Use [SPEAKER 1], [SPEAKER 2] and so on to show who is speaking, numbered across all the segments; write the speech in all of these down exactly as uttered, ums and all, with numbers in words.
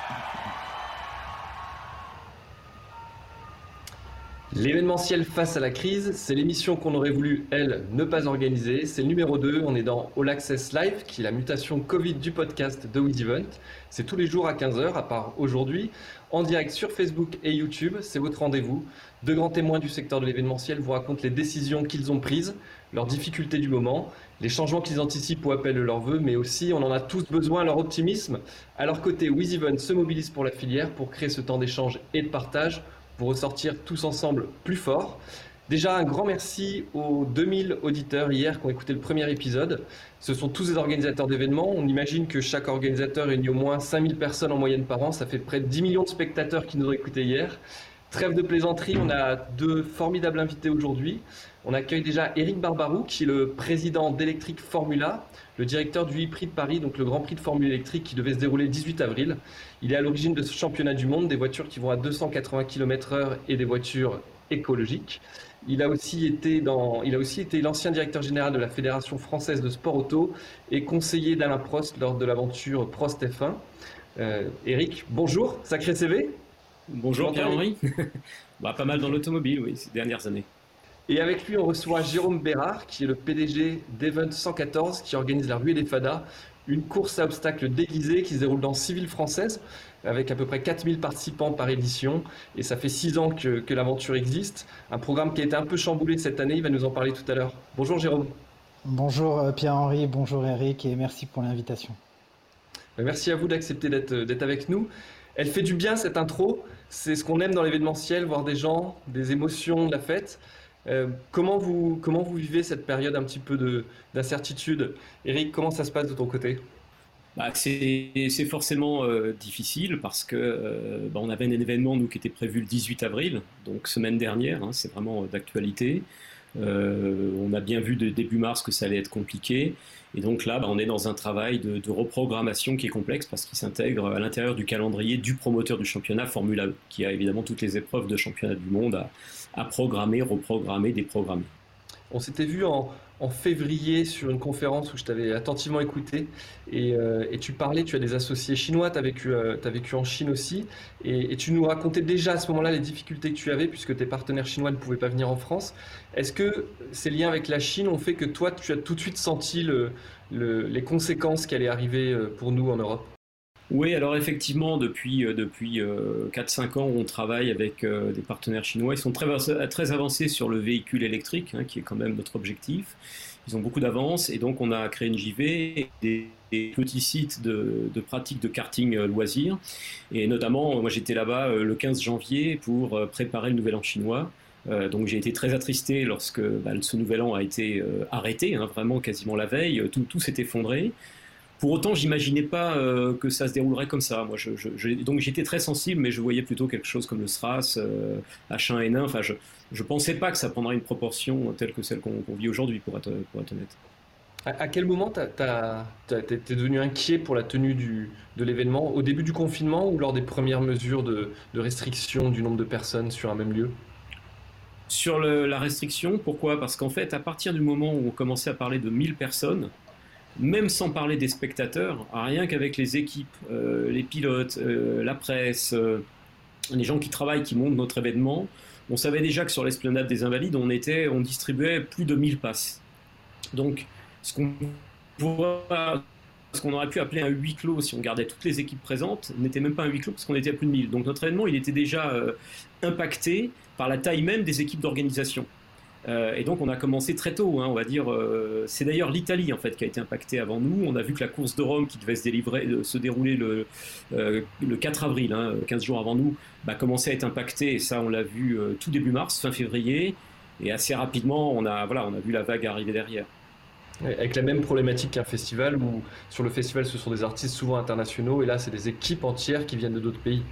[SPEAKER 1] L'événementiel face à la crise, c'est l'émission qu'on aurait voulu, elle, ne pas organiser. C'est le numéro deux, on est dans All Access Live, qui est la mutation Covid du podcast de WizEvent. C'est tous les jours à quinze heures, à part aujourd'hui, en direct sur Facebook et YouTube. C'est votre rendez-vous. Deux grands témoins du secteur de l'événementiel vous racontent les décisions qu'ils ont prises, leurs difficultés du moment, les changements qu'ils anticipent ou appellent de leurs vœux, mais aussi, on en a tous besoin, leur optimisme. À leur côté, WizEvent se mobilise pour la filière, pour créer ce temps d'échange et de partage, pour ressortir tous ensemble plus forts. Déjà, un grand merci aux deux mille auditeurs hier qui ont écouté le premier épisode. Ce sont tous des organisateurs d'événements. On imagine que chaque organisateur réunit au moins cinq mille personnes en moyenne par an. Ça fait près de dix millions de spectateurs qui nous ont écoutés hier. Trêve de plaisanterie, on a deux formidables invités aujourd'hui. On accueille déjà Eric Barbarou, qui est le président d'Electric Formula, le directeur du e-Prix de Paris, donc le Grand Prix de Formule électrique qui devait se dérouler le dix-huit avril. Il est à l'origine de ce championnat du monde, des voitures qui vont à deux cent quatre-vingts kilomètres heure et des voitures écologiques. Il a aussi été, dans, il a aussi été l'ancien directeur général de la Fédération française de sport auto et conseiller d'Alain Prost lors de l'aventure Prost F un. Euh, Eric, bonjour, sacré C V.
[SPEAKER 2] Bonjour Pierre-Henri. Bah, pas mal dans l'automobile, oui, ces dernières années.
[SPEAKER 1] Et avec lui, on reçoit Jérôme Bérard, qui est le P D G d'Event cent quatorze, qui organise la Ruée des Fadas, une course à obstacles déguisée qui se déroule dans six villes françaises, avec à peu près quatre mille participants par édition. Et ça fait six ans que, que l'aventure existe. Un programme qui a été un peu chamboulé cette année, il va nous en parler tout à l'heure. Bonjour Jérôme.
[SPEAKER 3] Bonjour Pierre-Henri, bonjour Eric, et merci pour l'invitation.
[SPEAKER 1] Merci à vous d'accepter d'être, d'être avec nous. Elle fait du bien cette intro, c'est ce qu'on aime dans l'événementiel, voir des gens, des émotions, de la fête. Euh, comment, vous, comment vous vivez cette période un petit peu de, d'incertitude? Eric, comment ça se passe de ton côté?
[SPEAKER 2] Bah, c'est, c'est forcément euh, difficile parce que euh, bah, on avait un événement nous qui était prévu le dix-huit avril, donc semaine dernière, hein, c'est vraiment d'actualité. Euh, on a bien vu de début mars que ça allait être compliqué. Et donc là, bah, on est dans un travail de, de reprogrammation qui est complexe parce qu'il s'intègre à l'intérieur du calendrier du promoteur du championnat Formula E, qui a évidemment toutes les épreuves de championnat du monde à, à programmer, reprogrammer, déprogrammer.
[SPEAKER 1] On s'était vu en, en février sur une conférence où je t'avais attentivement écouté et, euh, et tu parlais, tu as des associés chinois, tu as vécu, euh, t'as vécu en Chine aussi et, et tu nous racontais déjà à ce moment-là les difficultés que tu avais puisque tes partenaires chinois ne pouvaient pas venir en France. Est-ce que ces liens avec la Chine ont fait que toi, tu as tout de suite senti le, le, les conséquences qui allaient arriver pour nous en Europe ?
[SPEAKER 2] Oui, alors effectivement, depuis, euh, depuis euh, quatre cinq ans, on travaille avec euh, des partenaires chinois. Ils sont très, très avancés sur le véhicule électrique, hein, qui est quand même notre objectif. Ils ont beaucoup d'avance et donc on a créé une J V, des, des petits sites de, de pratique de karting euh, loisirs. Et notamment, moi j'étais là-bas euh, le quinze janvier pour euh, préparer le nouvel an chinois. Euh, donc j'ai été très attristé lorsque bah, ce nouvel an a été euh, arrêté, hein, vraiment quasiment la veille. Tout, tout s'est effondré. Pour autant, j'imaginais pas euh, que ça se déroulerait comme ça. Moi, je, je, je, donc j'étais très sensible, mais je voyais plutôt quelque chose comme le SRAS, euh, H un N un. Enfin, je je pensais pas que ça prendrait une proportion telle que celle qu'on, qu'on vit aujourd'hui, pour être, pour être honnête.
[SPEAKER 1] À, à quel moment t'as, t'as, t'as, t'es devenu inquiet pour la tenue du, de l'événement? Au début du confinement ou lors des premières mesures de, de restriction du nombre de personnes sur un même lieu?
[SPEAKER 2] Sur le, la restriction, pourquoi? Parce qu'en fait, à partir du moment où on commençait à parler de mille personnes, même sans parler des spectateurs, rien qu'avec les équipes, euh, les pilotes, euh, la presse, euh, les gens qui travaillent, qui montent notre événement, on savait déjà que sur l'esplanade des Invalides, on, était, on distribuait plus de mille passes. Donc, ce qu'on, pourra, ce qu'on aurait pu appeler un huis clos, si on gardait toutes les équipes présentes, n'était même pas un huis clos parce qu'on était à plus de mille. Donc notre événement, il était déjà euh, impacté par la taille même des équipes d'organisation. Euh, et donc on a commencé très tôt, hein, on va dire. Euh, c'est d'ailleurs l'Italie en fait qui a été impactée avant nous. On a vu que la course de Rome qui devait se, délivrer, euh, se dérouler le, euh, le quatre avril, hein, quinze jours avant nous, bah, commençait à être impactée. Et ça, on l'a vu euh, tout début mars, fin février, et assez rapidement, on a voilà, on a vu la vague arriver derrière.
[SPEAKER 1] Avec la même problématique qu'un festival où sur le festival ce sont des artistes souvent internationaux et là c'est des équipes entières qui viennent de d'autres pays.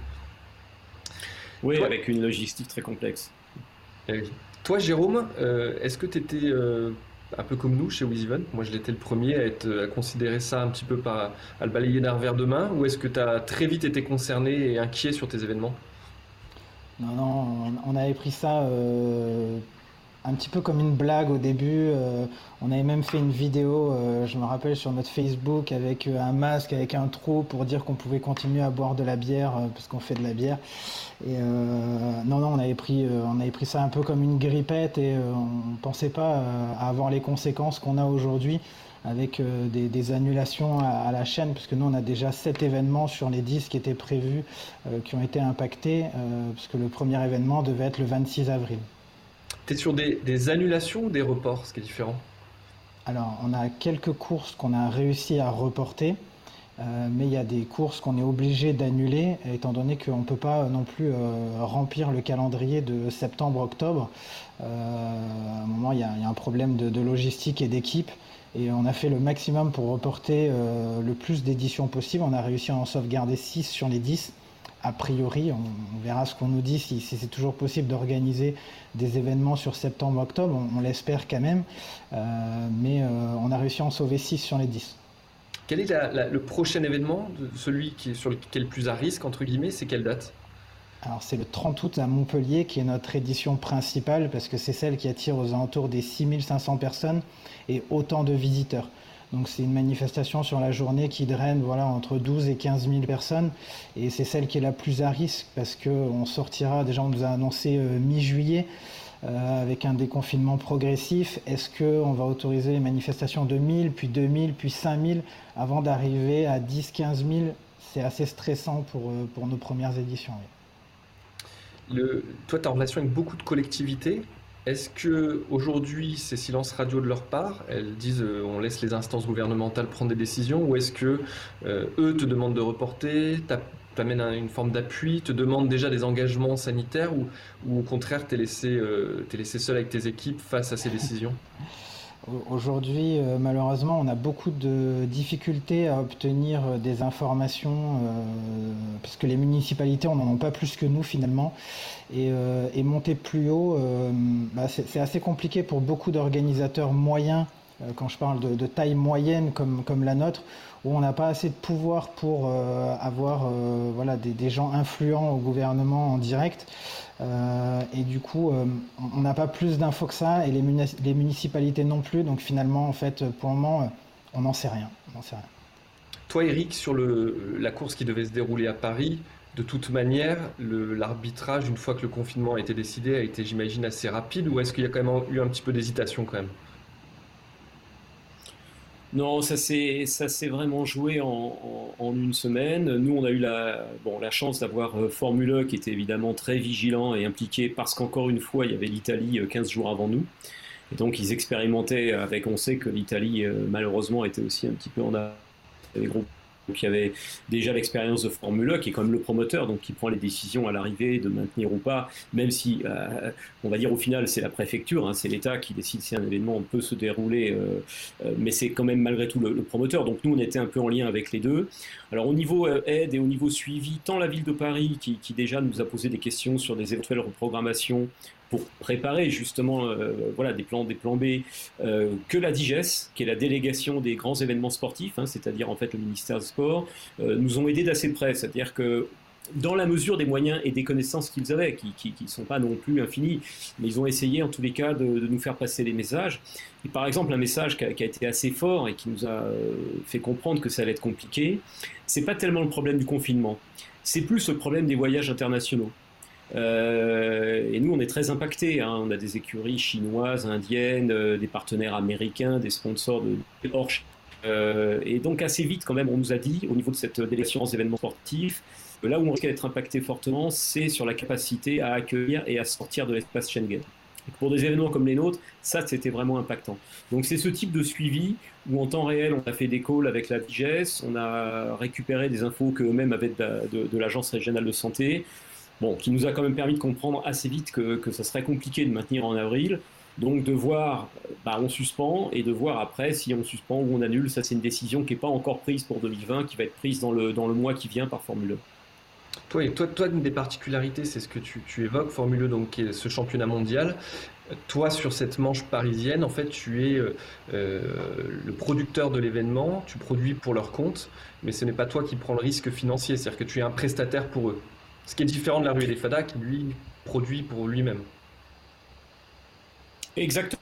[SPEAKER 2] Oui, Toi, avec une logistique très complexe.
[SPEAKER 1] Eh oui. Toi, Jérôme, euh, est-ce que tu étais euh, un peu comme nous chez WizEvent? Moi, je l'étais le premier à, être, à considérer ça un petit peu par, à le balayer d'un revers de main, ou est-ce que tu as très vite été concerné et inquiet sur tes événements?
[SPEAKER 3] Non, non, on avait pris ça euh, un petit peu comme une blague au début. Euh, on avait même fait une vidéo, euh, je me rappelle, sur notre Facebook avec euh, un masque, avec un trou pour dire qu'on pouvait continuer à boire de la bière euh, parce qu'on fait de la bière. Et euh, non, non, on avait pris, euh, on avait pris ça un peu comme une grippette et euh, on pensait pas euh, à avoir les conséquences qu'on a aujourd'hui avec euh, des, des annulations à, à la chaîne, puisque nous on a déjà sept événements sur les dix qui étaient prévus, euh, qui ont été impactés, euh, puisque le premier événement devait être le vingt-six avril.
[SPEAKER 1] Tu es sur des, des annulations ou des reports, ce qui est différent?
[SPEAKER 3] Alors, on a quelques courses qu'on a réussi à reporter, euh, mais il y a des courses qu'on est obligé d'annuler, étant donné qu'on ne peut pas non plus euh, remplir le calendrier de septembre-octobre. Euh, à un moment, il y a, il y a un problème de, de logistique et d'équipe, et on a fait le maximum pour reporter euh, le plus d'éditions possible. On a réussi à en sauvegarder six sur les dix. A priori, on, on verra ce qu'on nous dit, si, si c'est toujours possible d'organiser des événements sur septembre-octobre, on, on l'espère quand même, euh, mais euh, on a réussi à en sauver six sur les dix.
[SPEAKER 1] Quel est la, la, le prochain événement, de celui qui est sur le, qui est le plus à risque, entre guillemets, c'est quelle date?
[SPEAKER 3] Alors c'est le trente août à Montpellier qui est notre édition principale, parce que c'est celle qui attire aux alentours des six mille cinq cents personnes et autant de visiteurs. Donc c'est une manifestation sur la journée qui draine voilà, entre douze et quinze mille personnes, et c'est celle qui est la plus à risque parce qu'on sortira, déjà on nous a annoncé euh, mi-juillet euh, avec un déconfinement progressif. Est-ce qu'on va autoriser les manifestations de mille, puis deux mille, puis cinq mille avant d'arriver à dix à quinze mille? C'est assez stressant pour, euh, pour nos premières éditions. Oui.
[SPEAKER 1] Le, toi, tu es en relation avec beaucoup de collectivités. Est-ce que aujourd'hui c'est silence radio de leur part? Elles disent euh, on laisse les instances gouvernementales prendre des décisions, ou est-ce que euh, eux te demandent de reporter, t'amènent une forme d'appui, te demandent déjà des engagements sanitaires, ou, ou au contraire t'es laissé, euh, t'es laissé seul avec tes équipes face à ces décisions?
[SPEAKER 3] Aujourd'hui, euh, malheureusement, on a beaucoup de difficultés à obtenir euh, des informations euh, parce que les municipalités, on n'en a pas plus que nous finalement. Et, euh, et monter plus haut, euh, bah, c'est assez compliqué pour beaucoup d'organisateurs moyens, euh, quand je parle de, de taille moyenne comme, comme la nôtre, où on n'a pas assez de pouvoir pour euh, avoir euh, voilà, des, des gens influents au gouvernement en direct. Euh, et du coup, euh, on n'a pas plus d'infos que ça, et les, munici les municipalités non plus. Donc finalement, en fait, pour le moment, on n'en sait rien. On n'en sait rien.
[SPEAKER 1] Toi, Eric, sur le, la course qui devait se dérouler à Paris, de toute manière, l'arbitrage, une fois que le confinement a été décidé, a été, j'imagine, assez rapide, ou est-ce qu'il y a quand même eu un petit peu d'hésitation quand même?
[SPEAKER 2] Non, ça s'est ça s'est vraiment joué en, en, en une semaine. Nous, on a eu la, bon, la chance d'avoir euh, Formule E qui était évidemment très vigilant et impliqué parce qu'encore une fois, il y avait l'Italie euh, quinze jours avant nous. Et donc, ils expérimentaient avec, on sait que l'Italie, euh, malheureusement, était aussi un petit peu en avance avec gros. Donc il y avait déjà l'expérience de Formule E qui est quand même le promoteur, donc qui prend les décisions à l'arrivée de maintenir ou pas, même si euh, on va dire au final c'est la préfecture, hein, c'est l'État qui décide si un événement peut se dérouler, euh, euh, mais c'est quand même malgré tout le, le promoteur. Donc nous on était un peu en lien avec les deux. Alors au niveau euh, aide et au niveau suivi, tant la ville de Paris qui, qui déjà nous a posé des questions sur des éventuelles reprogrammations pour préparer justement euh, voilà, des plans, des plans B, euh, que la D I G E S, qui est la délégation des grands événements sportifs, hein, c'est-à-dire en fait le ministère du Sport, euh, nous ont aidés d'assez près. C'est-à-dire que dans la mesure des moyens et des connaissances qu'ils avaient, qui ne sont pas non plus infinis, mais ils ont essayé en tous les cas de, de nous faire passer les messages. Et par exemple, un message qui a, qui a été assez fort et qui nous a euh, fait comprendre que ça allait être compliqué, c'est pas tellement le problème du confinement, c'est plus le problème des voyages internationaux. Euh, et nous on est très impactés, hein. On a des écuries chinoises, indiennes, euh, des partenaires américains, des sponsors de hors euh, et donc assez vite quand même on nous a dit au niveau de cette délégation aux événements sportifs, euh, là où on risque d'être impacté fortement, c'est sur la capacité à accueillir et à sortir de l'espace Schengen. Et pour des événements comme les nôtres, ça c'était vraiment impactant. Donc c'est ce type de suivi où en temps réel on a fait des calls avec la D I G E S, on a récupéré des infos qu'eux-mêmes avaient de, de, de l'agence régionale de santé. Bon, qui nous a quand même permis de comprendre assez vite que, que ça serait compliqué de maintenir en avril. Donc de voir, bah, on suspend, et de voir après si on suspend ou on annule. Ça, c'est une décision qui n'est pas encore prise pour deux mille vingt, qui va être prise dans le, dans le mois qui vient par Formule E.
[SPEAKER 1] Toi, toi, toi, une des particularités, c'est ce que tu, tu évoques, Formule E, donc qui est ce championnat mondial. Toi, sur cette manche parisienne, en fait, tu es euh, le producteur de l'événement, tu produis pour leur compte, mais ce n'est pas toi qui prends le risque financier, c'est-à-dire que tu es un prestataire pour eux. Ce qui est différent de la Ruée des Fadas qui, lui, produit pour lui-même.
[SPEAKER 2] Exactement.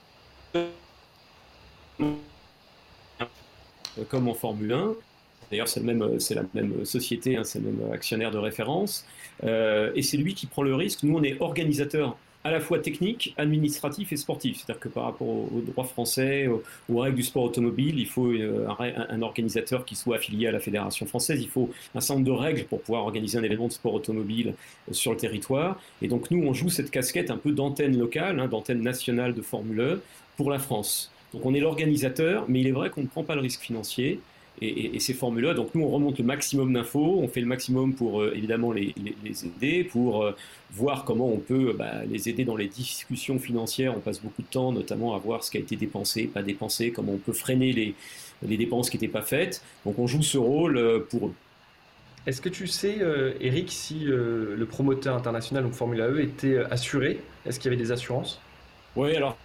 [SPEAKER 2] Comme en Formule un. D'ailleurs, c'est, le même, c'est la même société, hein, c'est le même actionnaire de référence. Euh, et c'est lui qui prend le risque. Nous, on est organisateur à la fois technique, administratif et sportif. C'est-à-dire que par rapport au, au droit français, aux, aux règles du sport automobile, il faut euh, un, un organisateur qui soit affilié à la Fédération française. Il faut un certain nombre de règles pour pouvoir organiser un événement de sport automobile euh, sur le territoire. Et donc, nous, on joue cette casquette un peu d'antenne locale, hein, d'antenne nationale de Formule un pour la France. Donc, on est l'organisateur, mais il est vrai qu'on ne prend pas le risque financier. Et, et, et ces formules-là, donc nous on remonte le maximum d'infos, on fait le maximum pour euh, évidemment les, les, les aider, pour euh, voir comment on peut bah, les aider dans les discussions financières. On passe beaucoup de temps notamment à voir ce qui a été dépensé, pas dépensé, comment on peut freiner les, les dépenses qui n'étaient pas faites. Donc on joue ce rôle euh, pour eux.
[SPEAKER 1] Est-ce que tu sais, euh, Eric, si euh, le promoteur international, donc Formula E, était assuré? Est-ce qu'il y avait des assurances?
[SPEAKER 2] Oui, alors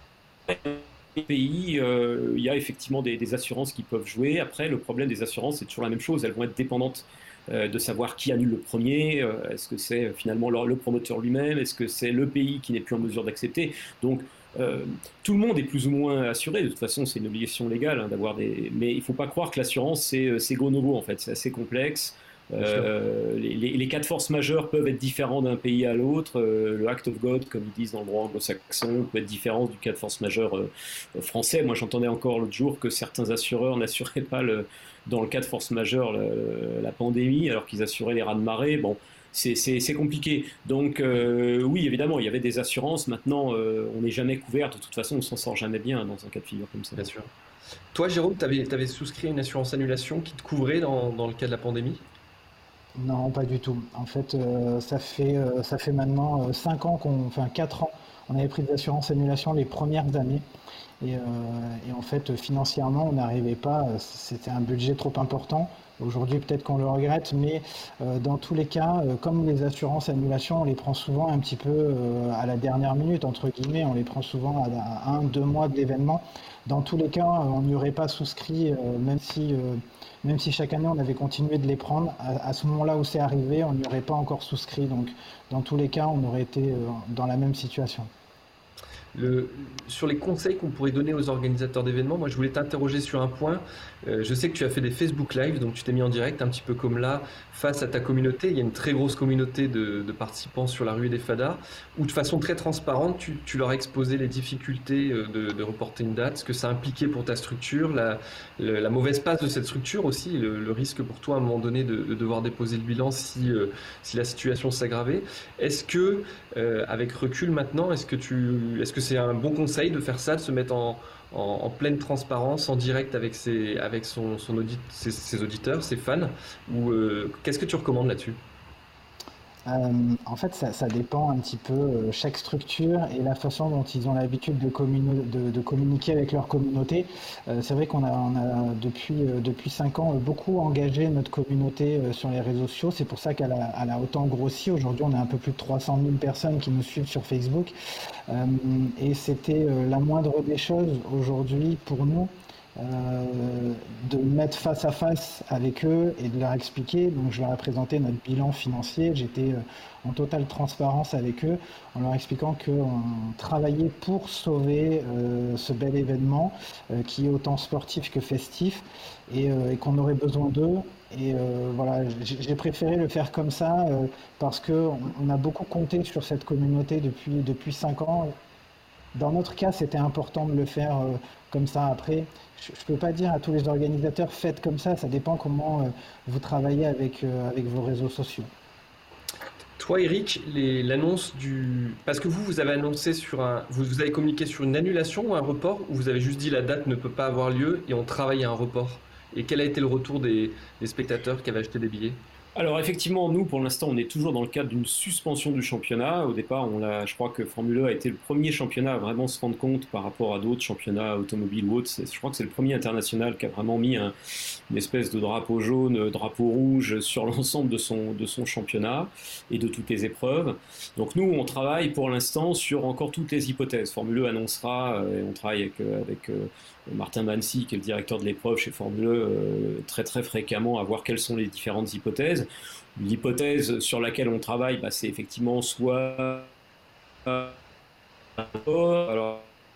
[SPEAKER 2] pays, euh, il y a effectivement des, des assurances qui peuvent jouer. Après, le problème des assurances, c'est toujours la même chose. Elles vont être dépendantes euh, de savoir qui annule le premier. Euh, est-ce que c'est finalement le, le promoteur lui-même? Est-ce que c'est le pays qui n'est plus en mesure d'accepter? Donc, euh, tout le monde est plus ou moins assuré. De toute façon, c'est une obligation légale hein, d'avoir des. Mais il ne faut pas croire que l'assurance, c'est, c'est go no go en fait. C'est assez complexe. Euh, les, les, les cas de force majeure peuvent être différents d'un pays à l'autre. Euh, le act of God, comme ils disent dans le droit anglo-saxon, peut être différent du cas de force majeure euh, français. Moi, j'entendais encore l'autre jour que certains assureurs n'assuraient pas, le, dans le cas de force majeure, le, la pandémie, alors qu'ils assuraient les raz-de-marée. Bon, c'est, c'est, c'est compliqué. Donc, euh, oui, évidemment, il y avait des assurances. Maintenant, euh, on n'est jamais couvert. De toute façon, on ne s'en sort jamais bien dans un cas de figure comme ça.
[SPEAKER 1] Bien sûr. Toi, Jérôme, tu avais souscrit une assurance annulation qui te couvrait dans, dans le cas de la pandémie?
[SPEAKER 3] Non, pas du tout. En fait, euh, ça fait euh, ça fait maintenant euh, cinq ans qu'on, enfin quatre ans, on avait pris des assurances annulation les premières années. Et, euh, et en fait, financièrement, on n'arrivait pas. C'était un budget trop important. Aujourd'hui, peut-être qu'on le regrette, mais euh, dans tous les cas, euh, comme les assurances annulation, on les prend souvent un petit peu euh, à la dernière minute, entre guillemets, on les prend souvent à, à un, deux mois de l'événement. Dans tous les cas, on n'y aurait pas souscrit, euh, même si, euh, même si chaque année on avait continué de les prendre. À, à ce moment-là où c'est arrivé, on n'y aurait pas encore souscrit. Donc, dans tous les cas, on aurait été euh, dans la même situation.
[SPEAKER 1] Le, sur les conseils qu'on pourrait donner aux organisateurs d'événements, moi je voulais t'interroger sur un point. Euh, je sais que tu as fait des Facebook Live, donc tu t'es mis en direct un petit peu comme là, face à ta communauté. Il y a une très grosse communauté de, de participants sur la rue des Fadas, où de façon très transparente, tu, tu leur as exposé les difficultés de, de reporter une date, ce que ça impliquait pour ta structure, la, la, la mauvaise passe de cette structure aussi, le, le risque pour toi à un moment donné de, de devoir déposer le bilan si, euh, si la situation s'aggravait. Est-ce que, euh, avec recul maintenant, est-ce que tu, est-ce que c'est un bon conseil de faire ça, de se mettre en, en, en pleine transparence, en direct avec, ses, avec son, son audit, ses, ses auditeurs, ses fans, ou euh, qu'est-ce que tu recommandes là-dessus?
[SPEAKER 3] Euh, en fait, ça, ça dépend un petit peu, euh, chaque structure et la façon dont ils ont l'habitude de, communi- de, de communiquer avec leur communauté. Euh, c'est vrai qu'on a, on a depuis, euh, depuis cinq ans euh, beaucoup engagé notre communauté euh, sur les réseaux sociaux. C'est pour ça qu'elle a, elle a autant grossi. Aujourd'hui, on a un peu plus de trois cent mille personnes qui nous suivent sur Facebook. Euh, et c'était euh, la moindre des choses aujourd'hui pour nous. Euh, de mettre face à face avec eux et de leur expliquer. Donc je leur ai présenté notre bilan financier. J'étais euh, en totale transparence avec eux en leur expliquant qu'on travaillait pour sauver euh, ce bel événement euh, qui est autant sportif que festif et, euh, et qu'on aurait besoin d'eux. Et euh, voilà, j'ai préféré le faire comme ça euh, parce qu'on on a beaucoup compté sur cette communauté depuis, depuis cinq ans. Dans notre cas, c'était important de le faire euh, comme ça. Après, je ne peux pas dire à tous les organisateurs, faites comme ça. Ça dépend comment euh, vous travaillez avec, euh, avec vos réseaux sociaux.
[SPEAKER 1] Toi, Eric, les- l'annonce du... Parce que vous, vous avez annoncé sur un... Vous, vous avez communiqué sur une annulation ou un report, ou vous avez juste dit la date ne peut pas avoir lieu et on travaille à un report? Et quel a été le retour des, des spectateurs qui avaient acheté des billets?
[SPEAKER 2] Alors effectivement, nous, pour l'instant, on est toujours dans le cadre d'une suspension du championnat. Au départ, on l'a, je crois que Formule un a été le premier championnat à vraiment se rendre compte par rapport à d'autres championnats automobiles ou autres. Je crois que c'est le premier international qui a vraiment mis un, une espèce de drapeau jaune, drapeau rouge sur l'ensemble de son, de son championnat et de toutes les épreuves. Donc nous, on travaille pour l'instant sur encore toutes les hypothèses. Formule un annoncera, et on travaille avec... avec Martin Mancy, qui est le directeur de l'épreuve chez Formule un, euh, très très fréquemment à voir quelles sont les différentes hypothèses. L'hypothèse sur laquelle on travaille, bah, c'est effectivement soit alors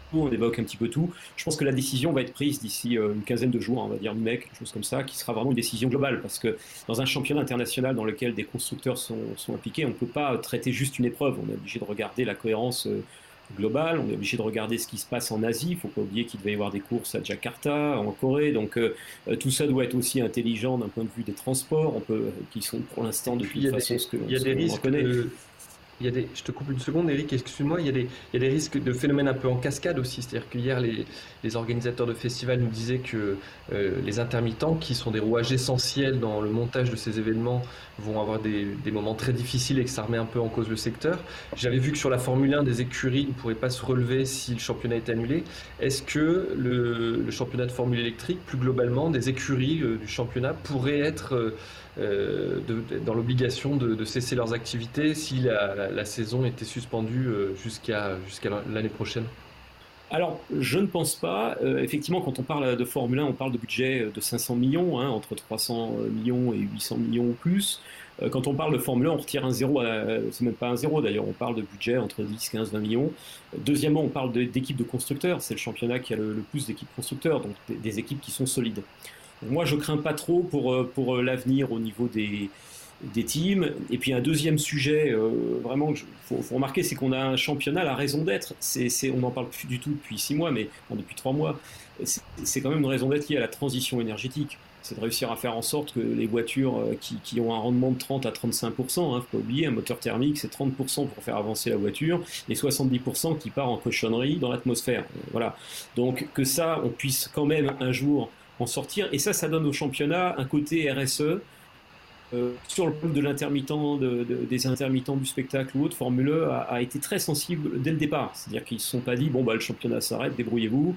[SPEAKER 2] on évoque un petit peu tout. Je pense que la décision va être prise d'ici une quinzaine de jours, on va dire mi-mai, quelque chose comme ça, qui sera vraiment une décision globale, parce que dans un championnat international dans lequel des constructeurs sont, sont impliqués, on ne peut pas traiter juste une épreuve, on est obligé de regarder la cohérence globale, on est obligé de regarder ce qui se passe en Asie, il ne faut pas oublier qu'il devait y avoir des courses à Jakarta, en Corée, donc euh, tout ça doit être aussi intelligent d'un point de vue des transports, on peut, qui sont pour l'instant de toute façon
[SPEAKER 1] des,
[SPEAKER 2] ce que
[SPEAKER 1] il y a des risques
[SPEAKER 2] connaît.
[SPEAKER 1] De... Il y a des, je te coupe une seconde, Eric, excuse-moi, il y a des, il y a des risques de phénomènes un peu en cascade aussi. C'est-à-dire qu'hier, les, les organisateurs de festivals nous disaient que euh, les intermittents, qui sont des rouages essentiels dans le montage de ces événements, vont avoir des, des moments très difficiles et que ça remet un peu en cause le secteur. J'avais vu que sur la Formule un, des écuries ne pourraient pas se relever si le championnat est annulé. Est-ce que le, le championnat de Formule électrique, plus globalement, des écuries euh, du championnat pourraient être... Euh, Euh, de, de, dans l'obligation de, de cesser leurs activités si la, la, la saison était suspendue euh, jusqu'à jusqu'à l'année prochaine?
[SPEAKER 2] Alors, je ne pense pas. Euh, effectivement, quand on parle de Formule un, on parle de budget de cinq cents millions, hein, entre trois cents millions et huit cents millions ou plus. Euh, quand on parle de Formule un, on retire un zéro, à, c'est même pas un zéro d'ailleurs, on parle de budget entre dix, quinze, vingt millions. Deuxièmement, on parle d'équipes de constructeurs, c'est le championnat qui a le, le plus d'équipes constructeurs, donc des, des équipes qui sont solides. Moi, je crains pas trop pour, pour l'avenir au niveau des, des teams. Et puis, un deuxième sujet, euh, vraiment, il faut, faut remarquer, c'est qu'on a un championnat, la raison d'être. C'est, c'est, on n'en parle plus du tout depuis six mois, mais enfin, depuis trois mois. C'est, c'est quand même une raison d'être liée à la transition énergétique. C'est de réussir à faire en sorte que les voitures qui, qui ont un rendement de trente à trente-cinq pour cent, hein, faut pas oublier, un moteur thermique, c'est trente pour cent pour faire avancer la voiture, et soixante-dix pour cent qui part en cochonnerie dans l'atmosphère. Voilà. Donc, que ça, on puisse quand même un jour en sortir, et ça, ça donne au championnat un côté R S E. Euh, sur le plan de l'intermittent, de, de, des intermittents du spectacle ou autre, Formule un a, a été très sensible dès le départ. C'est-à-dire qu'ils ne se sont pas dit, bon, bah, le championnat s'arrête, débrouillez-vous.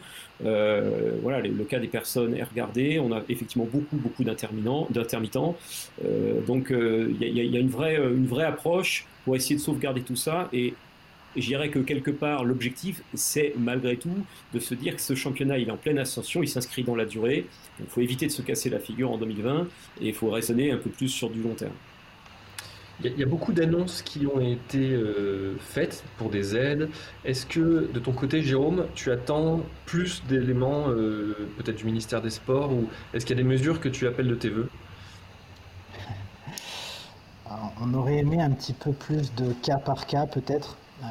[SPEAKER 2] Euh, voilà, le, le cas des personnes est regardé. On a effectivement beaucoup, beaucoup d'intermittents. Euh, donc, il euh, y, y a une vraie, une vraie approche pour essayer de sauvegarder tout ça. Et Et je dirais que quelque part, l'objectif, c'est malgré tout de se dire que ce championnat, il est en pleine ascension, il s'inscrit dans la durée. Il faut éviter de se casser la figure en deux mille vingt et il faut raisonner un peu plus sur du long terme.
[SPEAKER 1] Il y, y a beaucoup d'annonces qui ont été euh, faites pour des aides. Est-ce que de ton côté, Jérôme, tu attends plus d'éléments, euh, peut-être du ministère des Sports, ou est-ce qu'il y a des mesures que tu appelles de tes voeux?
[SPEAKER 3] Alors, on aurait aimé un petit peu plus de cas par cas, peut-être. Euh,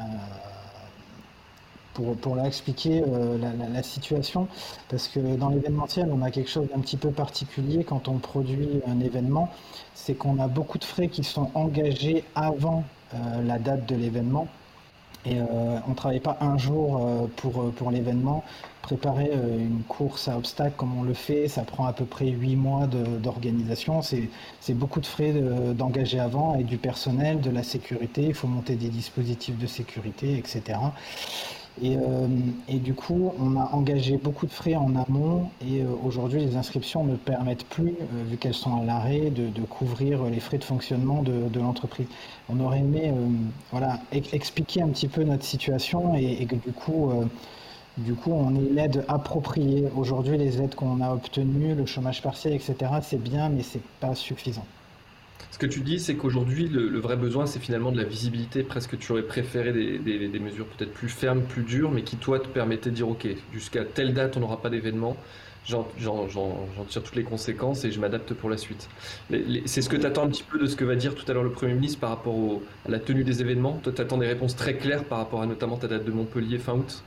[SPEAKER 3] pour, pour leur expliquer euh, la, la, la situation, parce que dans l'événementiel, on a quelque chose d'un petit peu particulier quand on produit un événement, c'est qu'on a beaucoup de frais qui sont engagés avant euh, la date de l'événement, et euh, on ne travaille pas un jour euh, pour, pour l'événement. Préparer euh, une course à obstacles comme on le fait, ça prend à peu près huit mois de, d'organisation. C'est, c'est beaucoup de frais de, d'engager avant, et du personnel, de la sécurité. Il faut monter des dispositifs de sécurité, et cetera. Et, euh, et du coup, on a engagé beaucoup de frais en amont, et euh, aujourd'hui, les inscriptions ne permettent plus, euh, vu qu'elles sont à l'arrêt, de, de couvrir les frais de fonctionnement de, de l'entreprise. On aurait aimé euh, voilà, expliquer un petit peu notre situation, et, et que du coup... Euh, Du coup, on est une aide appropriée. Aujourd'hui, les aides qu'on a obtenues, le chômage partiel, et cetera, c'est bien, mais c'est pas suffisant.
[SPEAKER 1] Ce que tu dis, c'est qu'aujourd'hui, le, le vrai besoin, c'est finalement de la visibilité. Presque tu aurais préféré des, des, des mesures peut-être plus fermes, plus dures, mais qui, toi, te permettaient de dire, OK, jusqu'à telle date, on n'aura pas d'événement. J'en, j'en, j'en, j'en tire toutes les conséquences et je m'adapte pour la suite. Les, les, c'est ce que tu attends un petit peu de ce que va dire tout à l'heure le Premier ministre par rapport au, à la tenue des événements. Toi, tu attends des réponses très claires par rapport à notamment ta date de Montpellier fin août.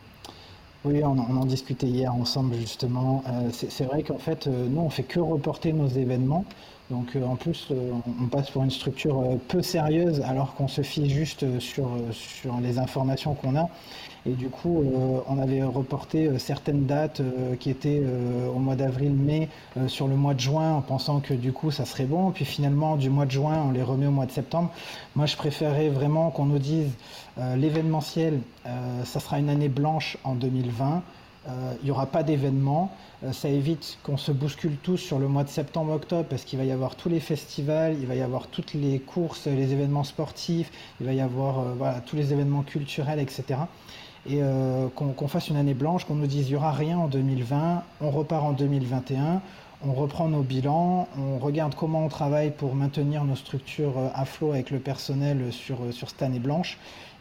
[SPEAKER 3] Oui, on, on en discutait hier ensemble justement. Euh, c'est, c'est vrai qu'en fait, euh, nous, on fait que reporter nos événements. Donc euh, en plus, euh, on passe pour une structure euh, peu sérieuse alors qu'on se fie juste euh, sur, euh, sur les informations qu'on a. Et du coup, euh, on avait reporté euh, certaines dates euh, qui étaient euh, au mois d'avril-mai euh, sur le mois de juin en pensant que du coup, ça serait bon. Puis finalement, du mois de juin, on les remet au mois de septembre. Moi, je préférais vraiment qu'on nous dise euh, l'événementiel, euh, ça sera une année blanche en deux mille vingt. Il euh, n'y aura pas d'événement. Euh, ça évite qu'on se bouscule tous sur le mois de septembre-octobre parce qu'il va y avoir tous les festivals, il va y avoir toutes les courses, les événements sportifs, il va y avoir euh, voilà, tous les événements culturels, et cetera. Et euh, qu'on, qu'on fasse une année blanche, qu'on nous dise il n'y aura rien en deux mille vingt, on repart en deux mille vingt et un, on reprend nos bilans, on regarde comment on travaille pour maintenir nos structures à flot avec le personnel sur, sur cette année blanche.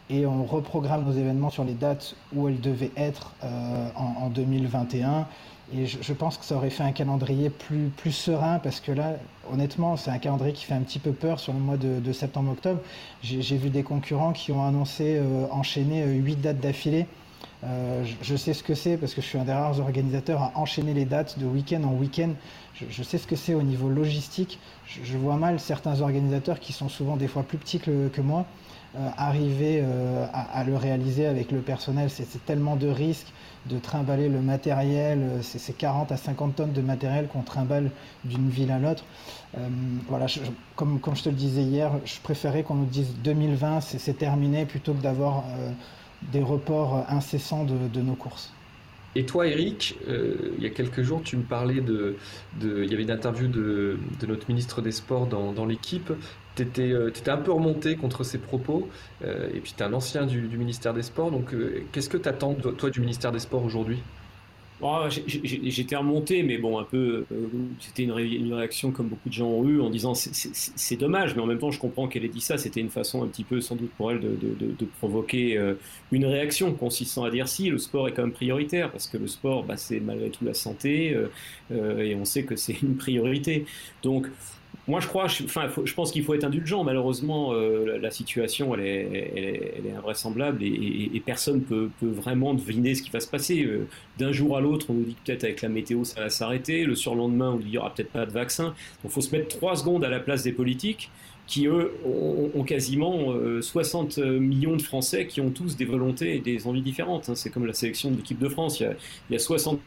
[SPEAKER 3] et on reprogramme nos événements sur les dates où elles devaient être euh, en, en deux mille vingt et un. Et je, je pense que ça aurait fait un calendrier plus, plus serein, parce que là, honnêtement, c'est un calendrier qui fait un petit peu peur sur le mois de, de septembre-octobre. J'ai, j'ai vu des concurrents qui ont annoncé euh, enchaîner huit dates d'affilée. Euh, je, je sais ce que c'est, parce que je suis un des rares organisateurs à enchaîner les dates de week-end en week-end. Je, je sais ce que c'est au niveau logistique. Je, je vois mal certains organisateurs qui sont souvent des fois plus petits que, que moi euh, arriver euh, à, à le réaliser avec le personnel. C'est, c'est tellement de risques de trimballer le matériel. C'est, c'est quarante à cinquante tonnes de matériel qu'on trimballe d'une ville à l'autre. Euh, voilà, je, comme, comme je te le disais hier, je préférais qu'on nous dise deux mille vingt, c'est, c'est terminé, plutôt que d'avoir euh, des reports incessants de, de nos courses.
[SPEAKER 1] Et toi, Eric, euh, il y a quelques jours, tu me parlais de, de il y avait une interview de, de notre ministre des Sports dans, dans l'équipe. Tu étais euh, un peu remonté contre ses propos, euh, et puis tu es un ancien du, du ministère des Sports. Donc, euh, qu'est-ce que tu attends, toi, du ministère des Sports aujourd'hui?
[SPEAKER 2] Oh, j'étais remonté, mais bon, un peu, euh, c'était une, ré, une réaction comme beaucoup de gens ont eu en disant c'est dommage, mais en même temps, je comprends qu'elle ait dit ça. C'était une façon un petit peu, sans doute pour elle, de, de, de, de provoquer euh, une réaction consistant à dire si, le sport est quand même prioritaire, parce que le sport, bah, c'est malgré tout la santé, euh, euh, et on sait que c'est une priorité. Donc, moi, je crois, je, enfin, faut, je pense qu'il faut être indulgent. Malheureusement, euh, la, la situation, elle est, elle est, elle est invraisemblable, et, et, et personne peut, peut vraiment deviner ce qui va se passer. Euh, D'un jour à l'autre, on nous dit que peut-être avec la météo, ça va s'arrêter. Le surlendemain, on nous dit qu'il n'y aura peut-être pas de vaccin. Donc, il faut se mettre trois secondes à la place des politiques qui, eux, ont, ont quasiment euh, soixante millions de Français qui ont tous des volontés et des envies différentes. Hein. C'est comme la sélection de l'équipe de France. Il y a, il y a soixante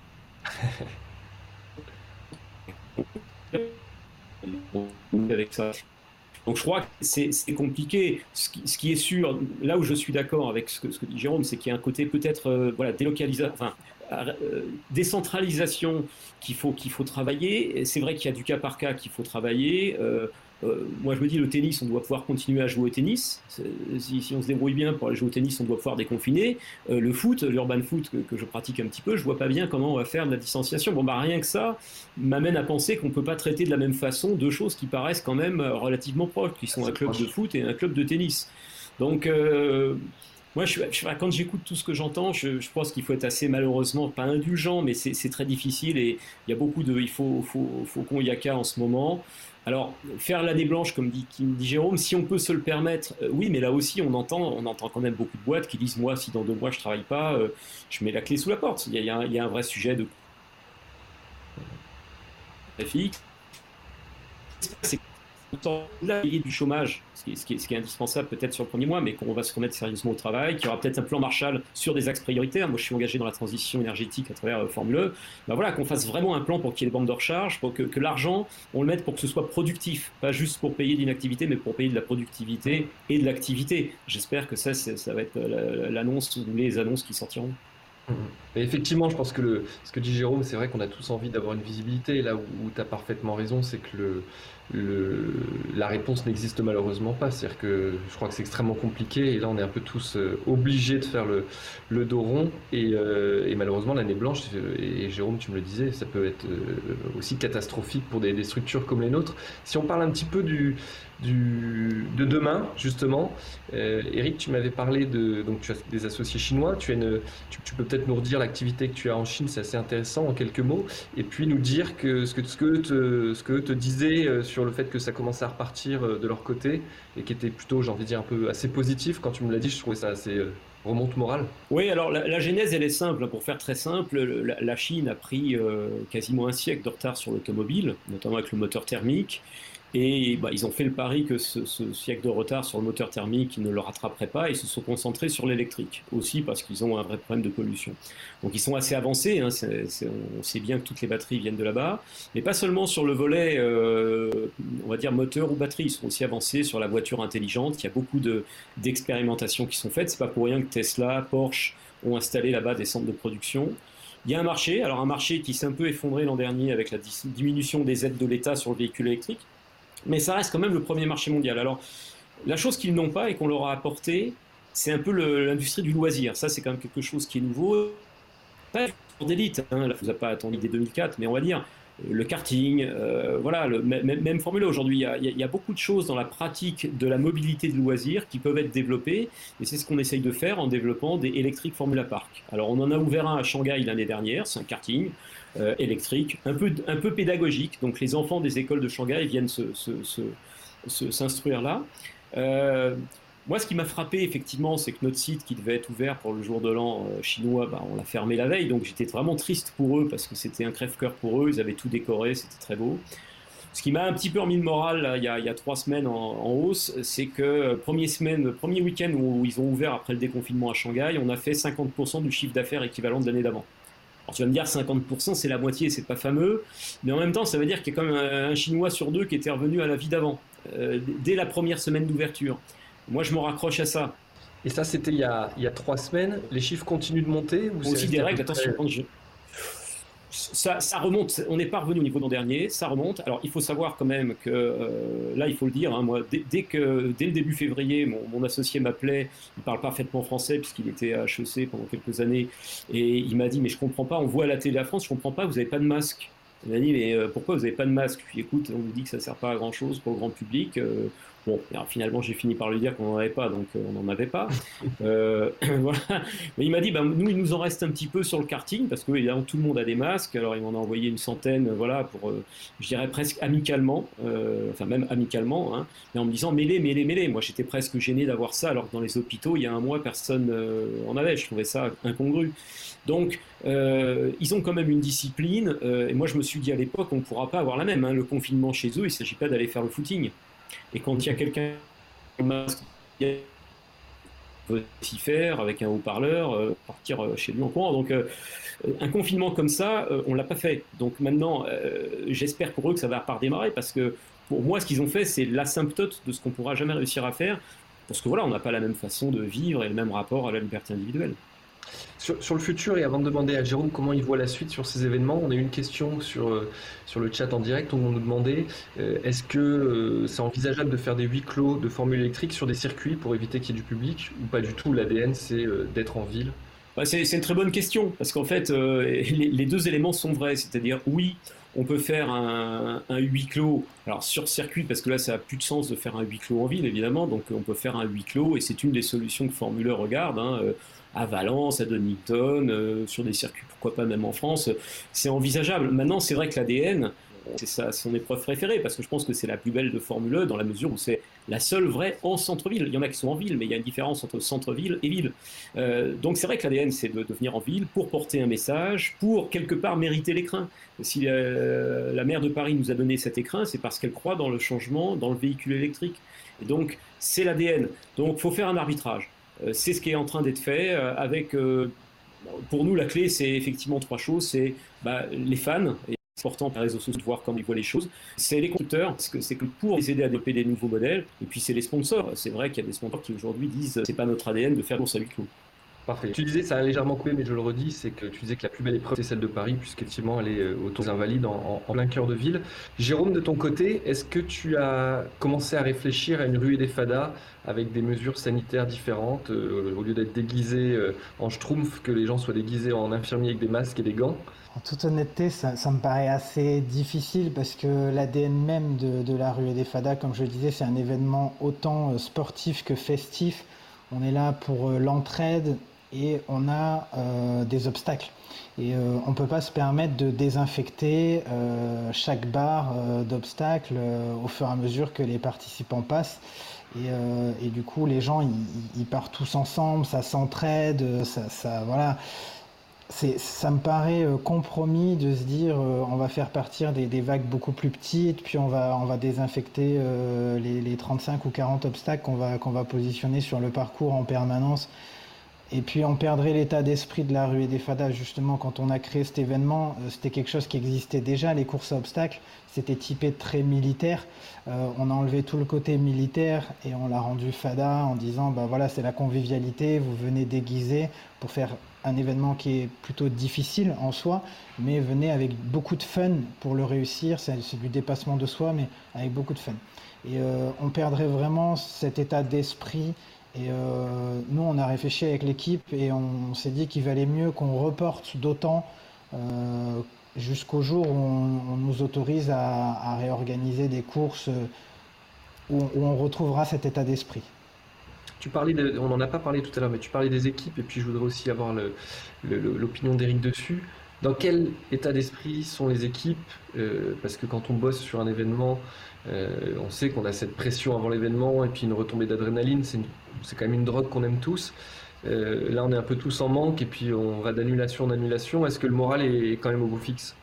[SPEAKER 2] avec ça. Donc je crois que c'est compliqué. Ce qui, ce qui est sûr, là où je suis d'accord avec ce que, ce que dit Jérôme, c'est qu'il y a un côté peut-être euh, voilà, délocalisation, enfin, euh, décentralisation qu'il faut, qu'il faut travailler. C'est vrai qu'il y a du cas par cas qu'il faut travailler. Euh, euh, moi je me dis, le tennis, on doit pouvoir continuer à jouer au tennis. Si, si on se débrouille bien pour aller jouer au tennis, on doit pouvoir déconfiner. Euh, le foot, l'urban foot que, que je pratique un petit peu, je vois pas bien comment on va faire de la distanciation. Bon bah rien que ça m'amène à penser qu'on peut pas traiter de la même façon deux choses qui paraissent quand même relativement proches, qui sont un club de foot et un club de tennis. Donc euh, moi, je, je, quand j'écoute tout ce que j'entends, je, je pense qu'il faut être assez, malheureusement, pas indulgent, mais c'est très difficile, et il y a beaucoup de, il faut, faut, faut qu'on y a qu'à en ce moment. Alors, faire l'année blanche, comme dit, qui dit Jérôme, si on peut se le permettre, euh, oui, mais là aussi, on entend, on entend quand même beaucoup de boîtes qui disent, moi, si dans deux mois je travaille pas, euh, je mets la clé sous la porte. Il y a, il y a, un, il y a un vrai sujet de trafic. C'est là, il y a du chômage, ce qui est, ce qui est, ce qui est indispensable peut-être sur le premier mois, mais qu'on va se remettre sérieusement au travail, qu'il y aura peut-être un plan Marshall sur des axes prioritaires. Moi, je suis engagé dans la transition énergétique à travers euh, Formule E. Ben voilà, qu'on fasse vraiment un plan pour qu'il y ait des bandes de recharge, pour que, que l'argent, on le mette pour que ce soit productif, pas juste pour payer d'inactivité, mais pour payer de la productivité et de l'activité. J'espère que ça, ça va être l'annonce ou les annonces qui sortiront.
[SPEAKER 1] Mais effectivement, je pense que le, ce que dit Jérôme, c'est vrai qu'on a tous envie d'avoir une visibilité. Et là où, où tu as parfaitement raison, c'est que le, le, la réponse n'existe malheureusement pas. C'est-à-dire que je crois que c'est extrêmement compliqué. Et là, on est un peu tous euh, obligés de faire le, le dos rond. Et, euh, et malheureusement, l'année blanche, et, et Jérôme, tu me le disais, ça peut être euh, aussi catastrophique pour des, des structures comme les nôtres. Si on parle un petit peu du, du, de demain, justement, euh, Eric, tu m'avais parlé de, donc tu as des associés chinois. Tu, as une, tu, tu peux peut-être nous redire l'activité que tu as en Chine, c'est assez intéressant en quelques mots, et puis nous dire que ce que ce que te, ce que te disaient sur le fait que ça commençait à repartir de leur côté et qui était plutôt, j'ai envie de dire, un peu assez positif. Quand tu me l'as dit, je trouvais ça assez euh, remonte morale.
[SPEAKER 2] Oui, alors la, la genèse, elle est simple. Pour faire très simple, la, la Chine a pris euh, quasiment un siècle de retard sur l'automobile, notamment avec le moteur thermique. Et bah, ils ont fait le pari que ce, ce siècle de retard sur le moteur thermique ne le rattraperait pas, et se sont concentrés sur l'électrique, aussi parce qu'ils ont un vrai problème de pollution. Donc ils sont assez avancés, hein, c'est, c'est, on sait bien que toutes les batteries viennent de là-bas, mais pas seulement sur le volet, euh, on va dire moteur ou batterie, ils sont aussi avancés sur la voiture intelligente. Il y a beaucoup de, d'expérimentations qui sont faites, c'est pas pour rien que Tesla, Porsche ont installé là-bas des centres de production. Il y a un marché, alors un marché qui s'est un peu effondré l'an dernier avec la diminution des aides de l'État sur le véhicule électrique, mais ça reste quand même le premier marché mondial. Alors, la chose qu'ils n'ont pas et qu'on leur a apporté, c'est un peu l'industrie du loisir. Ça, c'est quand même quelque chose qui est nouveau. Pas d'élite, hein, là, vous n'avez pas attendu dès deux mille quatre, mais on va dire, le karting, euh, voilà, le, même, même Formule un aujourd'hui. Il y, a, il y a beaucoup de choses dans la pratique de la mobilité de loisirs qui peuvent être développées, et c'est ce qu'on essaye de faire en développant des électriques Formula Park. Alors on en a ouvert un à Shanghai l'année dernière, c'est un karting euh, électrique, un peu, un peu pédagogique, donc les enfants des écoles de Shanghai viennent se, se, se, se, s'instruire là. Euh, Moi, ce qui m'a frappé, effectivement, c'est que notre site, qui devait être ouvert pour le jour de l'an euh, chinois, bah, on l'a fermé la veille. Donc, j'étais vraiment triste pour eux parce que c'était un crève-cœur pour eux. Ils avaient tout décoré, c'était très beau. Ce qui m'a un petit peu remis le moral, là, il, y a, il y a trois semaines en, en hausse, c'est que euh, premier, semaine, premier week-end où ils ont ouvert après le déconfinement à Shanghai, on a fait cinquante pour cent du chiffre d'affaires équivalent de l'année d'avant. Alors, tu vas me dire, cinquante pour cent, c'est la moitié, c'est pas fameux. Mais en même temps, ça veut dire qu'il y a quand même un, un Chinois sur deux qui était revenu à la vie d'avant, euh, dès la première semaine d'ouverture. Moi, je m'en raccroche à ça.
[SPEAKER 1] Et ça, c'était il y a, il y a trois semaines. Les chiffres continuent de monter ou c'est
[SPEAKER 2] Aussi
[SPEAKER 1] resté
[SPEAKER 2] des
[SPEAKER 1] à peu
[SPEAKER 2] règles,
[SPEAKER 1] près-
[SPEAKER 2] attention, quand je... ça, ça remonte, on n'est pas revenu au niveau de l'an dernier, ça remonte. Alors il faut savoir quand même que, euh, là il faut le dire, hein, moi, dès, dès, que, dès le début février, mon, mon associé m'appelait, il parle parfaitement français puisqu'il était à H E C pendant quelques années, et il m'a dit, mais je comprends pas, on voit à la télé à France, je comprends pas, vous n'avez pas de masque. Il m'a dit, mais euh, pourquoi vous n'avez pas de masque? Puis écoute, on vous dit que ça ne sert pas à grand chose pour le grand public. Euh, bon, alors, finalement, j'ai fini par lui dire qu'on n'en avait pas, donc euh, on n'en avait pas. Euh, voilà. Mais il m'a dit, ben, nous, il nous en reste un petit peu sur le karting, parce que évidemment, tout le monde a des masques. Alors, il m'en a envoyé une centaine, voilà, pour, euh, je dirais presque amicalement, euh, enfin même amicalement, hein, mais en me disant, mêlez, mêlez, mêlez. Moi, j'étais presque gêné d'avoir ça, alors que dans les hôpitaux, il y a un mois, personne euh, en avait. Je trouvais ça incongru. Donc, euh, ils ont quand même une discipline, euh, et moi je me suis dit à l'époque, on ne pourra pas avoir la même. Hein. Le confinement chez eux, il ne s'agit pas d'aller faire le footing. Et quand il y a quelqu'un qui peut s'y faire avec un haut-parleur, euh, partir chez lui en courant. Donc, euh, un confinement comme ça, euh, on ne l'a pas fait. Donc maintenant, euh, j'espère pour eux que ça va pas redémarrer, parce que pour moi, ce qu'ils ont fait, c'est l'asymptote de ce qu'on ne pourra jamais réussir à faire, parce que voilà, on n'a pas la même façon de vivre et le même rapport à la liberté individuelle.
[SPEAKER 1] Sur, sur le futur, et avant de demander à Jérôme comment il voit la suite sur ces événements, on a eu une question sur, euh, sur le chat en direct où on nous demandait euh, est-ce que euh, c'est envisageable de faire des huis clos de Formule électrique sur des circuits pour éviter qu'il y ait du public ou pas du tout? L'A D N, c'est euh, d'être en ville.
[SPEAKER 2] Bah, c'est, c'est une très bonne question, parce qu'en fait, euh, les, les deux éléments sont vrais. C'est-à-dire, oui, on peut faire un, un huis clos, alors sur circuit, parce que là, ça n'a plus de sens de faire un huis clos en ville, évidemment, donc on peut faire un huis clos, et c'est une des solutions que Formule un regarde, hein, euh, à Valence, à Donington, euh, sur des circuits, pourquoi pas même en France, c'est envisageable. Maintenant, c'est vrai que l'A D N, c'est sa, son épreuve préférée, parce que je pense que c'est la plus belle de Formule un, dans la mesure où c'est la seule vraie en centre-ville. Il y en a qui sont en ville, mais il y a une différence entre centre-ville et ville. Euh, donc c'est vrai que l'A D N, c'est de, de venir en ville pour porter un message, pour quelque part mériter l'écrin. Si euh, la maire de Paris nous a donné cet écrin, c'est parce qu'elle croit dans le changement, dans le véhicule électrique. Et donc c'est l'A D N. Donc il faut faire un arbitrage. Euh, c'est ce qui est en train d'être fait euh, avec... Euh, pour nous, la clé, c'est effectivement trois choses. C'est bah, les fans, et c'est important par les réseaux sociaux de voir comment ils voient les choses. C'est les constructeurs, parce que c'est que pour les aider à développer des nouveaux modèles. Et puis c'est les sponsors. C'est vrai qu'il y a des sponsors qui aujourd'hui disent c'est pas notre A D N de faire course à huis clos.
[SPEAKER 1] Parfait. Tu disais, ça a légèrement coupé, mais je le redis, c'est que tu disais que la plus belle épreuve, c'est celle de Paris, puisqu'effectivement, elle est euh, autour des Invalides, en, en- en plein cœur de ville. Jérôme, de ton côté, est-ce que tu as commencé à réfléchir à une ruée des fadas avec des mesures sanitaires différentes, euh, au lieu d'être déguisé euh, en schtroumpf, que les gens soient déguisés en infirmiers avec des masques et des gants?
[SPEAKER 3] En toute honnêteté, ça, ça me paraît assez difficile parce que l'A D N même de, de la Ruée des Fadas, comme je le disais, c'est un événement autant euh, sportif que festif. On est là pour euh, l'entraide et on a euh, des obstacles. Et euh, on ne peut pas se permettre de désinfecter euh, chaque barre euh, d'obstacles euh, au fur et à mesure que les participants passent. Et, euh, et du coup, les gens, ils, ils partent tous ensemble, ça s'entraide, ça, ça, voilà. C'est, ça me paraît euh, compromis de se dire euh, on va faire partir des, des vagues beaucoup plus petites, puis on va, on va désinfecter euh, les, les trente-cinq ou quarante obstacles qu'on va, qu'on va positionner sur le parcours en permanence. Et puis on perdrait l'état d'esprit de la ruée des fadas. Justement, quand on a créé cet événement, euh, c'était quelque chose qui existait déjà, les courses à obstacles. C'était typé très militaire. Euh, on a enlevé tout le côté militaire et on l'a rendu fada en disant bah voilà, c'est la convivialité, vous venez déguisé pour faire un événement qui est plutôt difficile en soi, mais venez avec beaucoup de fun pour le réussir. C'est, c'est du dépassement de soi, mais avec beaucoup de fun. Et euh, on perdrait vraiment cet état d'esprit. Et euh, nous, on a réfléchi avec l'équipe et on, on s'est dit qu'il valait mieux qu'on reporte d'autant, euh, jusqu'au jour où on, on nous autorise à, à réorganiser des courses où, où on retrouvera cet état d'esprit.
[SPEAKER 1] Tu parlais de, on n'en a pas parlé tout à l'heure, mais tu parlais des équipes, et puis je voudrais aussi avoir le- le- le- l'opinion d'Eric dessus. Dans quel état d'esprit sont les équipes? Euh, parce que quand on bosse sur un événement, euh, on sait qu'on a cette pression avant l'événement, et puis une retombée d'adrénaline, c'est une- c'est quand même une drogue qu'on aime tous. Euh, là, on est un peu tous en manque, et puis on va d'annulation en annulation. Est-ce que le moral est quand même au beau fixe?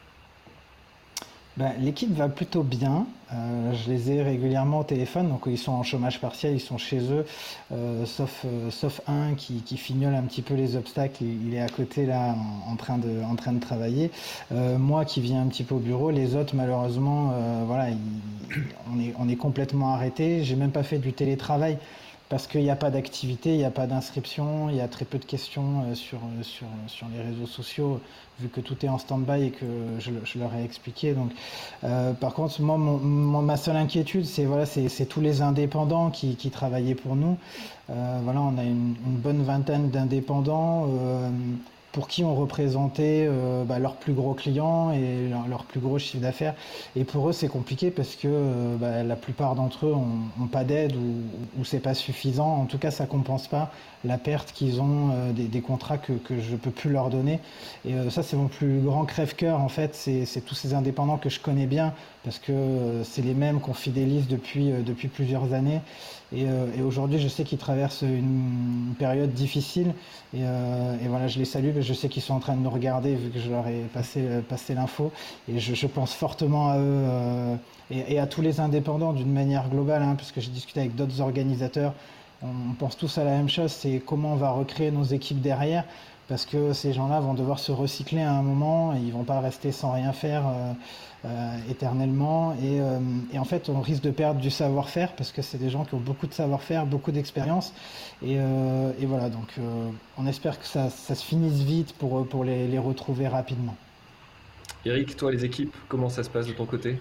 [SPEAKER 3] Ben, l'équipe va plutôt bien. Euh, je les ai régulièrement au téléphone, donc ils sont en chômage partiel, ils sont chez eux, euh, sauf, euh, sauf un qui, qui fignole un petit peu les obstacles, il, il est à côté là en, en train de, en train de travailler. Euh, moi qui viens un petit peu au bureau, les autres malheureusement, euh, voilà, ils- on est, on est complètement arrêté. J'ai même pas fait du télétravail parce qu'il n'y a pas d'activité, il n'y a pas d'inscription, il y a très peu de questions euh, sur, euh, sur, sur les réseaux sociaux, vu que tout est en stand-by et que je, je leur ai expliqué. Donc, euh, par contre, moi, mon, mon- ma seule inquiétude, c'est voilà, c'est c'est tous les indépendants qui, qui travaillaient pour nous. Euh, voilà, on a une, une bonne vingtaine d'indépendants euh, pour qui on représentait euh, bah, leurs plus gros clients et leur, leur plus gros chiffre d'affaires. Et pour eux, c'est compliqué parce que euh, bah, la plupart d'entre eux ont, ont pas d'aide ou, ou c'est pas suffisant. En tout cas, ça compense pas la perte qu'ils ont euh, des, des contrats que, que je peux plus leur donner. Et euh, ça, c'est mon plus grand crève-cœur, en fait. C'est c'est tous ces indépendants que je connais bien, parce que euh, c'est les mêmes qu'on fidélise depuis, euh, depuis plusieurs années. Et, euh, et aujourd'hui, je sais qu'ils traversent une, une période difficile. Et, euh, et voilà, je les salue, mais je sais qu'ils sont en train de nous regarder, vu que je leur ai passé, euh, passé l'info. Et je, je pense fortement à eux euh, et, et à tous les indépendants d'une manière globale, hein, parce que j'ai discuté avec d'autres organisateurs. On pense tous à la même chose, c'est comment on va recréer nos équipes derrière, parce que ces gens-là vont devoir se recycler à un moment, et ils vont pas rester sans rien faire euh, euh, éternellement. Et, euh, et en fait, on risque de perdre du savoir-faire, parce que c'est des gens qui ont beaucoup de savoir-faire, beaucoup d'expérience. Et, euh, et voilà, donc euh, on espère que ça, ça se finisse vite pour, pour les, les retrouver rapidement.
[SPEAKER 1] Eric, toi, les équipes, comment ça se passe de ton côté?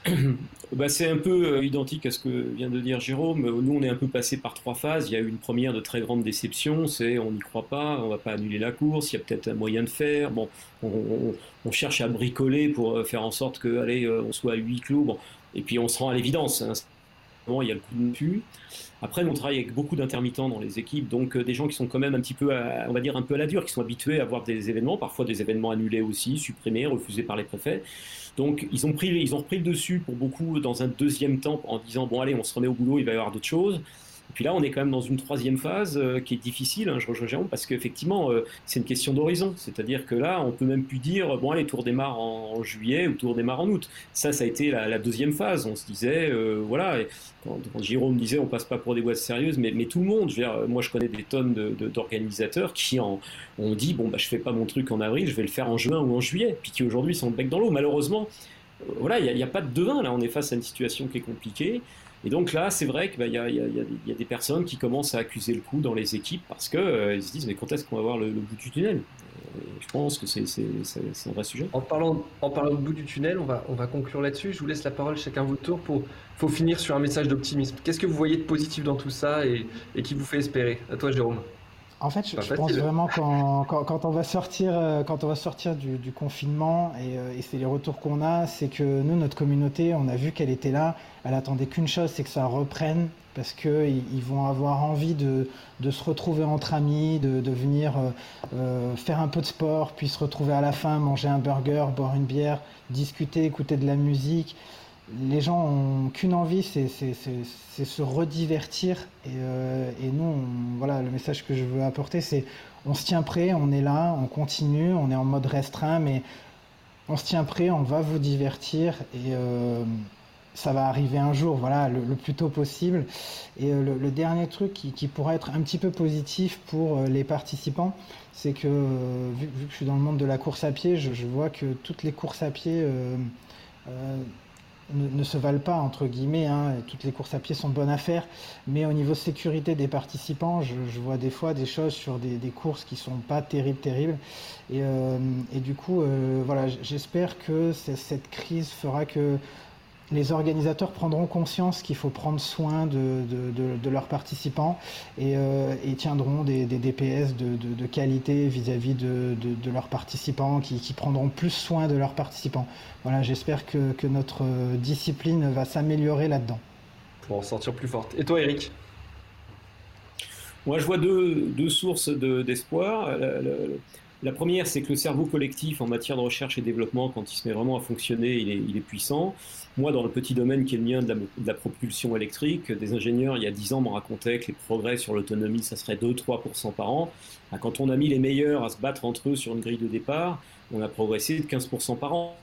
[SPEAKER 2] Bah, c'est un peu euh, identique à ce que vient de dire Jérôme. Nous, on est un peu passé par trois phases. Il y a eu une première de très grande déception, c'est on n'y croit pas, on va pas annuler la course, il y a peut-être un moyen de faire. Bon, on, on- on cherche à bricoler pour euh, faire en sorte que, allez, euh, on soit à huis clos. Bon, et puis on se rend à l'évidence, hein. Il y a le coup de pu. Après, on travaille avec beaucoup d'intermittents dans les équipes, donc euh, des gens qui sont quand même un petit peu, à- on va dire, un peu à la dure, qui sont habitués à voir des événements, parfois des événements annulés aussi, supprimés, refusés par les préfets. Donc, ils ont pris, ils ont repris le dessus pour beaucoup dans un deuxième temps en disant, bon, allez, on se remet au boulot, il va y avoir d'autres choses. Et puis là, on est quand même dans une troisième phase euh, qui est difficile, hein, je rejoins Jérôme, parce qu'effectivement, euh, c'est une question d'horizon. C'est-à-dire que là, on peut même plus dire, bon, allez, tour démarre en, en juillet ou tour démarre en août. Ça, ça a été la, la deuxième phase. On se disait, euh, voilà, et quand, quand Jérôme disait, on passe pas pour des boîtes sérieuses, mais, mais tout le monde, je veux dire, moi, je connais des tonnes de, de, d'organisateurs qui en, ont dit, bon, bah, je fais pas mon truc en avril, je vais le faire en juin ou en juillet, puis qui aujourd'hui sont le bec dans l'eau. Malheureusement, euh, voilà, il n'y a, y a pas de devin, là, on est face à une situation qui est compliquée. Et donc là, c'est vrai qu'il bah, y, a, y, a, y a des personnes qui commencent à accuser le coup dans les équipes parce qu'ils euh, se disent, mais quand est-ce qu'on va voir le, le bout du tunnel? Euh, Je pense que c'est c'est- c'est- c'est un vrai sujet.
[SPEAKER 1] En parlant, en parlant de bout du tunnel, on va, on va conclure là-dessus. Je vous laisse la parole chacun votre tour pour faut finir sur un message d'optimisme. Qu'est-ce que vous voyez de positif dans tout ça et, et qui vous fait espérer? À toi, Jérôme.
[SPEAKER 3] En fait, je,
[SPEAKER 1] Pas
[SPEAKER 3] je pense
[SPEAKER 1] facile.
[SPEAKER 3] vraiment quand, quand, quand on va sortir, euh, quand on va sortir du, du confinement, et, euh, et c'est les retours qu'on a, c'est que nous, notre communauté, on a vu qu'elle était là, elle attendait qu'une chose, c'est que ça reprenne, parce qu'ils ils vont avoir envie de, de se retrouver entre amis, de, de venir euh, euh, faire un peu de sport, puis se retrouver à la fin, manger un burger, boire une bière, discuter, écouter de la musique. Les gens ont qu'une envie, c'est c'est- c'est- c'est se redivertir. Et, euh, et nous, on- voilà, le message que je veux apporter, c'est on se tient prêt, on est là, on continue, on est en mode restreint, mais on se tient prêt, on va vous divertir et euh, ça va arriver un jour, voilà, le, le plus tôt possible. Et euh, le, le dernier truc qui, qui pourrait être un petit peu positif pour euh, les participants, c'est que euh, vu, vu que je suis dans le monde de la course à pied, je, je vois que toutes les courses à pied euh, euh, ne, ne se valent pas, entre guillemets, hein. Toutes les courses à pied sont bonnes à faire, mais au niveau sécurité des participants, je, je vois des fois des choses sur des, des courses qui sont pas terribles, terribles. Et, euh, et du coup, euh, voilà, j'espère que c- cette crise fera que les organisateurs prendront conscience qu'il faut prendre soin de, de, de, de leurs participants et, euh, et tiendront des, des D P S de, de, de qualité vis-à-vis de, de, de leurs participants, qui, qui prendront plus soin de leurs participants. Voilà, j'espère que, que notre discipline va s'améliorer là-dedans.
[SPEAKER 1] Pour en sortir plus forte. Et toi, Eric ?
[SPEAKER 2] Moi, je vois deux, deux sources de, d'espoir. La, la, la première, c'est que le cerveau collectif en matière de recherche et développement, quand il se met vraiment à fonctionner, il est, il est puissant. Moi, dans le petit domaine qui est le mien de la, de la propulsion électrique, des ingénieurs, il y a dix ans, m'ont raconté que les progrès sur l'autonomie, ça serait deux à trois pour cent par an. Quand on a mis les meilleurs à se battre entre eux sur une grille de départ, on a progressé de quinze pour cent par an.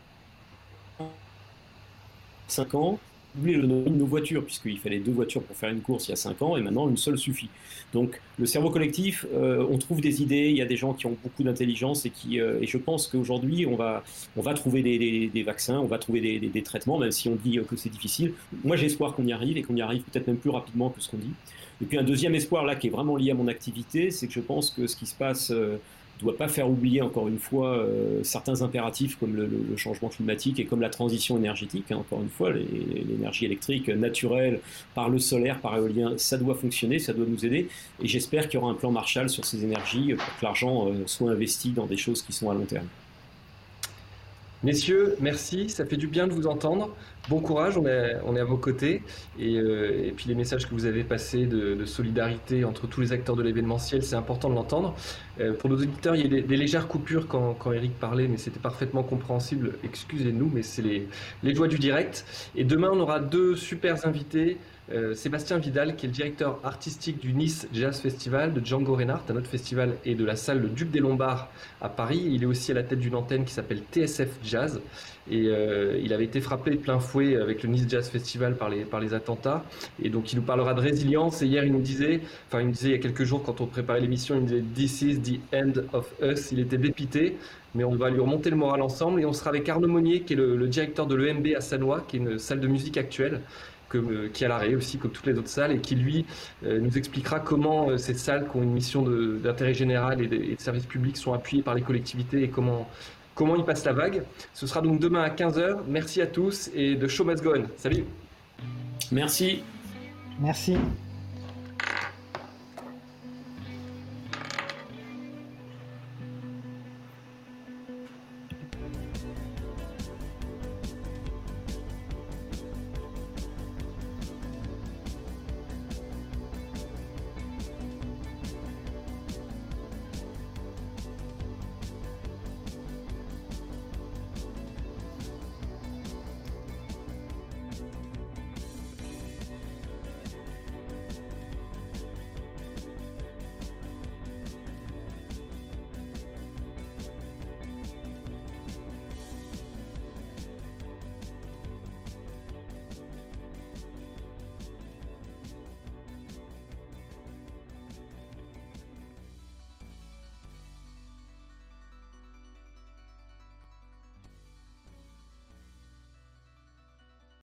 [SPEAKER 2] cinq ans, doublé l'autonomie de nos voitures, puisqu'il fallait deux voitures pour faire une course il y a cinq ans, et maintenant une seule suffit. Donc le cerveau collectif, euh, on trouve des idées, il y a des gens qui ont beaucoup d'intelligence, et, qui, euh, et je pense qu'aujourd'hui on va, on va trouver des, des, des vaccins, on va trouver des, des, des traitements, même si on dit que c'est difficile. Moi j'ai espoir qu'on y arrive, et qu'on y arrive peut-être même plus rapidement que ce qu'on dit. Et puis un deuxième espoir là qui est vraiment lié à mon activité, c'est que je pense que ce qui se passe... Euh, ne doit pas faire oublier encore une fois euh, certains impératifs comme le, le, le changement climatique et comme la transition énergétique. Hein, encore une fois, les, l'énergie électrique naturelle par le solaire, par l'éolien, ça doit fonctionner, ça doit nous aider. Et j'espère qu'il y aura un plan Marshall sur ces énergies pour que l'argent euh, soit investi dans des choses qui sont à long terme.
[SPEAKER 1] Messieurs, merci, ça fait du bien de vous entendre. Bon courage, on est, on est à vos côtés. Et, euh, et puis les messages que vous avez passés de, de solidarité entre tous les acteurs de l'événementiel, c'est important de l'entendre. Euh, pour nos auditeurs, il y a des, des légères coupures quand, quand Eric parlait, mais c'était parfaitement compréhensible. Excusez-nous, mais c'est les, les joies du direct. Et demain, on aura deux super invités. Euh, Sébastien Vidal, qui est le directeur artistique du Nice Jazz Festival, de Django Reinhardt, un autre festival, et de la salle Le Duc des Lombards à Paris. Il est aussi à la tête d'une antenne qui s'appelle T S F Jazz. Et euh, il avait été frappé de plein fouet avec le Nice Jazz Festival par les, par les attentats. Et donc il nous parlera de résilience. Et hier, il nous disait, enfin il nous disait il y a quelques jours quand on préparait l'émission, il nous disait « This is the end of us ». Il était dépité, mais on va lui remonter le moral ensemble. Et on sera avec Arnaud Monnier, qui est le, le directeur de l'E M B à Sannois, qui est une salle de musique actuelle. Que, qui est à l'arrêt aussi, comme toutes les autres salles, et qui, lui, euh, nous expliquera comment euh, ces salles qui ont une mission de, d'intérêt général et de, et de service public sont appuyées par les collectivités et comment, comment ils passent la vague. Ce sera donc demain à quinze heures. Merci à tous et de show must go on. Salut.
[SPEAKER 2] Merci.
[SPEAKER 3] Merci.